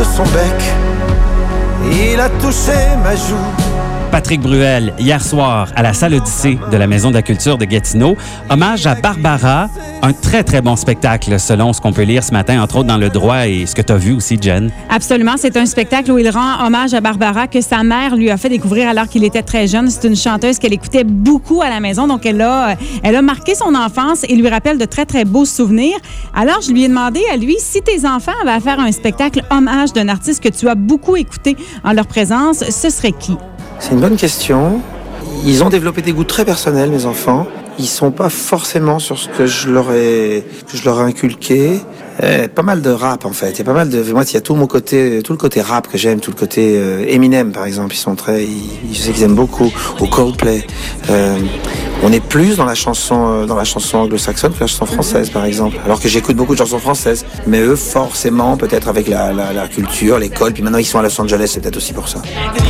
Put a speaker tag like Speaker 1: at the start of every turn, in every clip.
Speaker 1: de son bec, il a touché ma joue.
Speaker 2: Patrick Bruel, hier soir, à la salle Odyssée de la Maison de la Culture de Gatineau. Hommage à Barbara. Un très, très bon spectacle, selon ce qu'on peut lire ce matin, entre autres dans Le Droit et ce que tu as vu aussi, Jen.
Speaker 3: Absolument. C'est un spectacle où il rend hommage à Barbara que sa mère lui a fait découvrir alors qu'il était très jeune. C'est une chanteuse qu'elle écoutait beaucoup à la maison. Donc, elle a marqué son enfance et lui rappelle de très, très beaux souvenirs. Alors, je lui ai demandé à lui si tes enfants avaient à faire un spectacle hommage d'un artiste que tu as beaucoup écouté en leur présence, ce serait qui?
Speaker 1: C'est une bonne question. Ils ont développé des goûts très personnels, mes enfants. Ils sont pas forcément sur ce que je leur ai inculqué. Pas mal de rap, en fait. Il y a pas mal de... Moi, il y a tout le côté rap que j'aime, tout le côté Eminem, par exemple. Je sais qu'ils aiment beaucoup. Ou Coldplay. On est plus dans la chanson anglo-saxonne que la chanson française, par exemple. Alors que j'écoute beaucoup de chansons françaises. Mais eux, forcément, peut-être avec la culture, l'école. Puis maintenant, ils sont à Los Angeles, c'est peut-être aussi pour ça.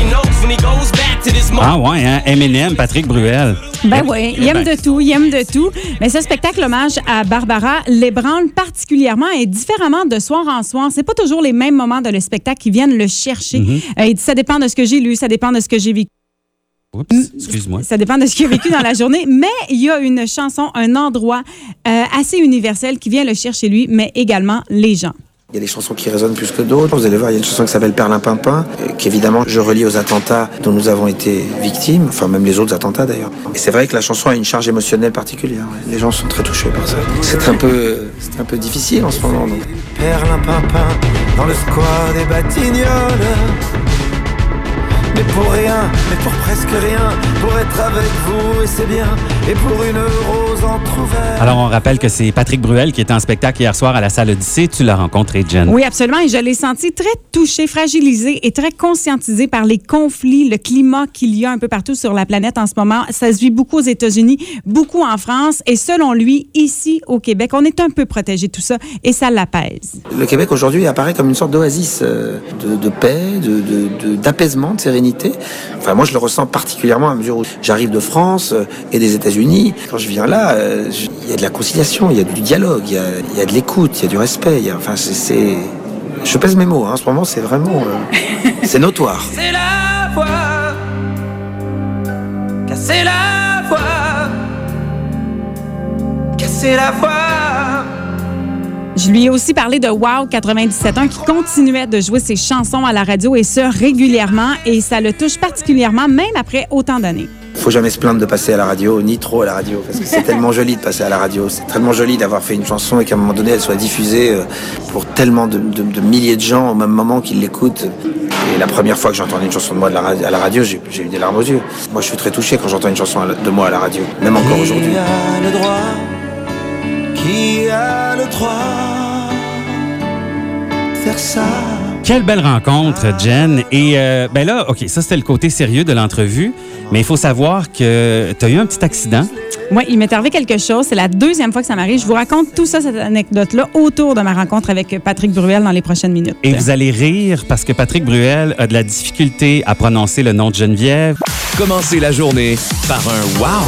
Speaker 2: Ah ouais, hein? Eminem, Patrick Bruel.
Speaker 3: Ben oui, il aime de tout. Mais ce spectacle hommage à Barbara l'ébranle particulièrement et différemment de soir en soir. C'est pas toujours les mêmes moments de le spectacle qui viennent le chercher. Il dit, ça dépend de ce que j'ai lu, ça dépend de ce que j'ai vécu.
Speaker 2: Oups, excuse-moi.
Speaker 3: Ça dépend de ce qu'il a vécu dans la journée. Mais il y a une chanson, un endroit assez universel qui vient le chercher lui, mais également les gens.
Speaker 1: Il y a des chansons qui résonnent plus que d'autres. Vous allez voir, il y a une chanson qui s'appelle Perlimpinpin, qu'évidemment je relie aux attentats dont nous avons été victimes, enfin même les autres attentats d'ailleurs. Et c'est vrai que la chanson a une charge émotionnelle particulière. Les gens sont très touchés par ça. C'est un peu difficile en ce moment. Donc. Perlimpinpin dans le square des Batignolles. Mais pour rien, mais pour presque rien, pour être avec vous, et c'est bien, et pour une rose entrouverte.
Speaker 2: Alors, on rappelle que c'est Patrick Bruel qui était en spectacle hier soir à la salle Odyssée. Tu l'as rencontré, Jen.
Speaker 3: Oui, absolument. Et je l'ai senti très touché, fragilisé et très conscientisé par les conflits, le climat qu'il y a un peu partout sur la planète en ce moment. Ça se vit beaucoup aux États-Unis, beaucoup en France. Et selon lui, ici, au Québec, on est un peu protégé de tout ça et ça l'apaise.
Speaker 1: Le Québec, aujourd'hui, apparaît comme une sorte d'oasis de paix, d'apaisement, de sérénité. Enfin, moi, je le ressens particulièrement à mesure où j'arrive de France et des États-Unis. Quand je viens là, il y a de la conciliation, il y a du dialogue, il y a de l'écoute, il y a du respect. Je pèse mes mots. En ce moment, c'est vraiment... c'est notoire. C'est la voix. Casser la voix. Casser la voix.
Speaker 3: Je lui ai aussi parlé de Wow 97.1 qui continuait de jouer ses chansons à la radio et ce, régulièrement. Et ça le touche particulièrement, même après autant d'années.
Speaker 1: Faut jamais se plaindre de passer à la radio, ni trop à la radio, parce que c'est tellement joli de passer à la radio. C'est tellement joli d'avoir fait une chanson et qu'à un moment donné, elle soit diffusée pour tellement de milliers de gens au même moment qu'ils l'écoutent. Et la première fois que j'ai entendu une chanson de moi à la radio, j'ai eu des larmes aux yeux. Moi, je suis très touché quand j'entends une chanson de moi à la radio, même encore aujourd'hui. Qui a le droit? Qui a le droit de faire ça?
Speaker 2: Quelle belle rencontre, Jen. Et ben là, OK, ça, c'était le côté sérieux de l'entrevue. Mais il faut savoir que tu as eu un petit accident.
Speaker 3: Oui, il m'est arrivé quelque chose. C'est la deuxième fois que ça m'arrive. Je vous raconte tout ça, cette anecdote-là, autour de ma rencontre avec Patrick Bruel dans les prochaines minutes.
Speaker 2: Et vous allez rire parce que Patrick Bruel a de la difficulté à prononcer le nom de Geneviève.
Speaker 4: Commencez la journée par un wow.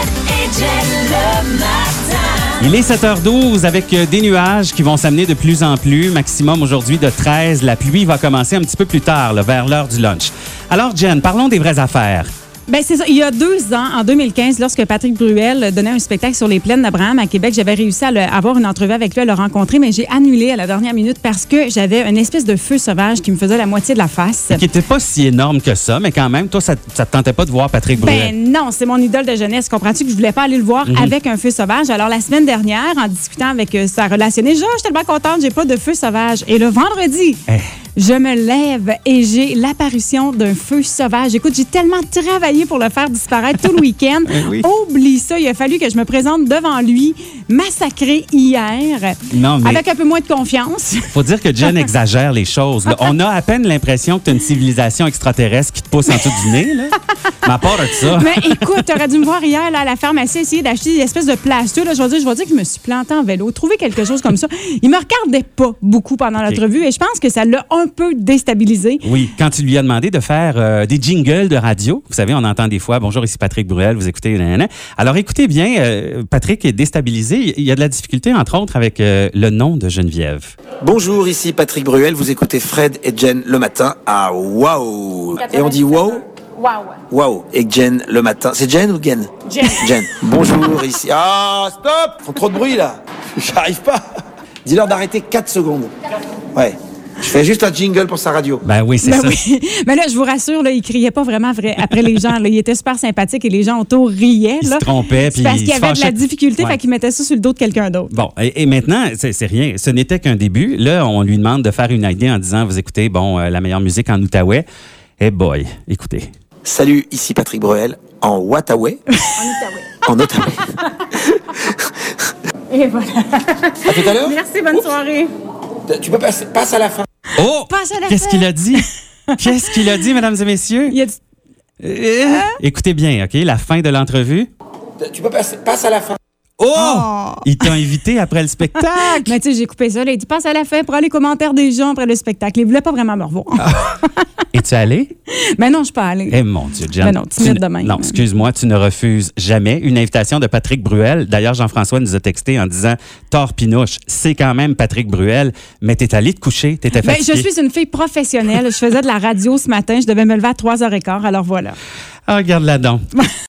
Speaker 2: Il est 7h12 avec des nuages qui vont s'amener de plus en plus. Maximum aujourd'hui de 13. La pluie va commencer un petit peu plus tard, là, vers l'heure du lunch. Alors, Jen, parlons des vraies affaires.
Speaker 3: Bien, c'est ça. Il y a 2 ans, en 2015, lorsque Patrick Bruel donnait un spectacle sur les plaines d'Abraham à Québec, j'avais réussi à avoir une entrevue avec lui, à le rencontrer, mais j'ai annulé à la dernière minute parce que j'avais une espèce de feu sauvage qui me faisait la moitié de la face.
Speaker 2: Qui n'était pas si énorme que ça, mais quand même, toi, ça te tentait pas de voir Patrick Bruel?
Speaker 3: Ben non, c'est mon idole de jeunesse. Comprends-tu que je voulais pas aller le voir avec un feu sauvage? Alors, la semaine dernière, en discutant avec sa relationniste, je suis tellement contente, j'ai pas de feu sauvage. Et le vendredi... Je me lève et j'ai l'apparition d'un feu sauvage. Écoute, j'ai tellement travaillé pour le faire disparaître tout le week-end.
Speaker 2: Oui.
Speaker 3: Oublie ça, il a fallu que je me présente devant lui, massacré hier,
Speaker 2: non, mais
Speaker 3: avec un peu moins de confiance.
Speaker 2: Faut dire que Jen exagère les choses. Là. On a à peine l'impression que tu as une civilisation extraterrestre qui te pousse en dessous du nez. Là. Mais à part de ça...
Speaker 3: Mais écoute, t'aurais dû me voir hier là, à la pharmacie essayer d'acheter des espèces de plasteurs. Là, je vais dire que je me suis plantée en vélo, trouver quelque chose comme ça. Il me regardait pas beaucoup pendant l'entrevue et je pense que ça l'a un peu déstabilisé.
Speaker 2: Oui, quand tu lui as demandé de faire des jingles de radio, vous savez, on entend des fois « Bonjour, ici Patrick Bruel, vous écoutez... » Alors écoutez bien, Patrick est déstabilisé sais, il y a de la difficulté, entre autres, avec le nom de Geneviève.
Speaker 1: Bonjour, ici Patrick Bruel. Vous écoutez Fred et Jen le matin à Wow. Et on dit Wow?
Speaker 3: Wow.
Speaker 1: Wow. Et Jen le matin. C'est Jen ou Gen?
Speaker 3: Jen.
Speaker 1: Jen. Bonjour, ici. Ah, stop! Ils font trop de bruit, là. J'arrive pas. Dis-leur d'arrêter 4 secondes. Ouais. Je fais juste un jingle pour sa radio.
Speaker 2: Ben oui, c'est
Speaker 3: Ben
Speaker 2: ça.
Speaker 3: oui. Mais là, je vous rassure, là, il criait pas vraiment après les gens. Là. Il était super sympathique et les gens autour riaient.
Speaker 2: Il
Speaker 3: là.
Speaker 2: se trompait.
Speaker 3: C'est
Speaker 2: Puis
Speaker 3: parce
Speaker 2: il
Speaker 3: qu'il y
Speaker 2: se
Speaker 3: avait de la
Speaker 2: fâchait.
Speaker 3: difficulté,
Speaker 2: Ouais.
Speaker 3: fait qu'il mettait ça sur le dos de quelqu'un d'autre.
Speaker 2: Bon, et maintenant, c'est rien. Ce n'était qu'un début. Là, on lui demande de faire une idée en disant, vous écoutez, la meilleure musique en Outaouais. Eh boy, écoutez.
Speaker 1: Salut, ici Patrick Bruel. En Outaouais. En Outaouais.
Speaker 3: Et voilà.
Speaker 1: À tout à l'heure.
Speaker 3: Merci, bonne soirée.
Speaker 1: Tu peux passer, passe à la fin.
Speaker 2: Oh!
Speaker 3: Passe à la
Speaker 2: Qu'est-ce
Speaker 3: fin.
Speaker 2: qu'il a dit? Qu'est-ce qu'il a dit, mesdames et messieurs?
Speaker 3: Il a dit...
Speaker 2: Écoutez bien, OK? La fin de l'entrevue.
Speaker 1: Tu peux passer, passe à la fin.
Speaker 2: Oh! Il t'a invité après le spectacle.
Speaker 3: Mais tu sais, j'ai coupé ça. Là. Il dit passe à la fin pour les commentaires des gens après le spectacle. Il voulait pas vraiment me revoir.
Speaker 2: Es-tu allé?
Speaker 3: Mais non, je suis pas allée.
Speaker 2: Eh mon Dieu, Jen.
Speaker 3: Ben non, timide de même.
Speaker 2: Non, excuse-moi, tu ne refuses jamais une invitation de Patrick Bruel. D'ailleurs, Jean-François nous a texté en disant Torpinouche, c'est quand même Patrick Bruel, mais t'es allé te coucher, t'étais
Speaker 3: Ben,
Speaker 2: fatigué.
Speaker 3: je suis une fille professionnelle. Je faisais de la radio ce matin. Je devais me lever à 3h15. Alors voilà.
Speaker 2: Ah, regarde-la donc.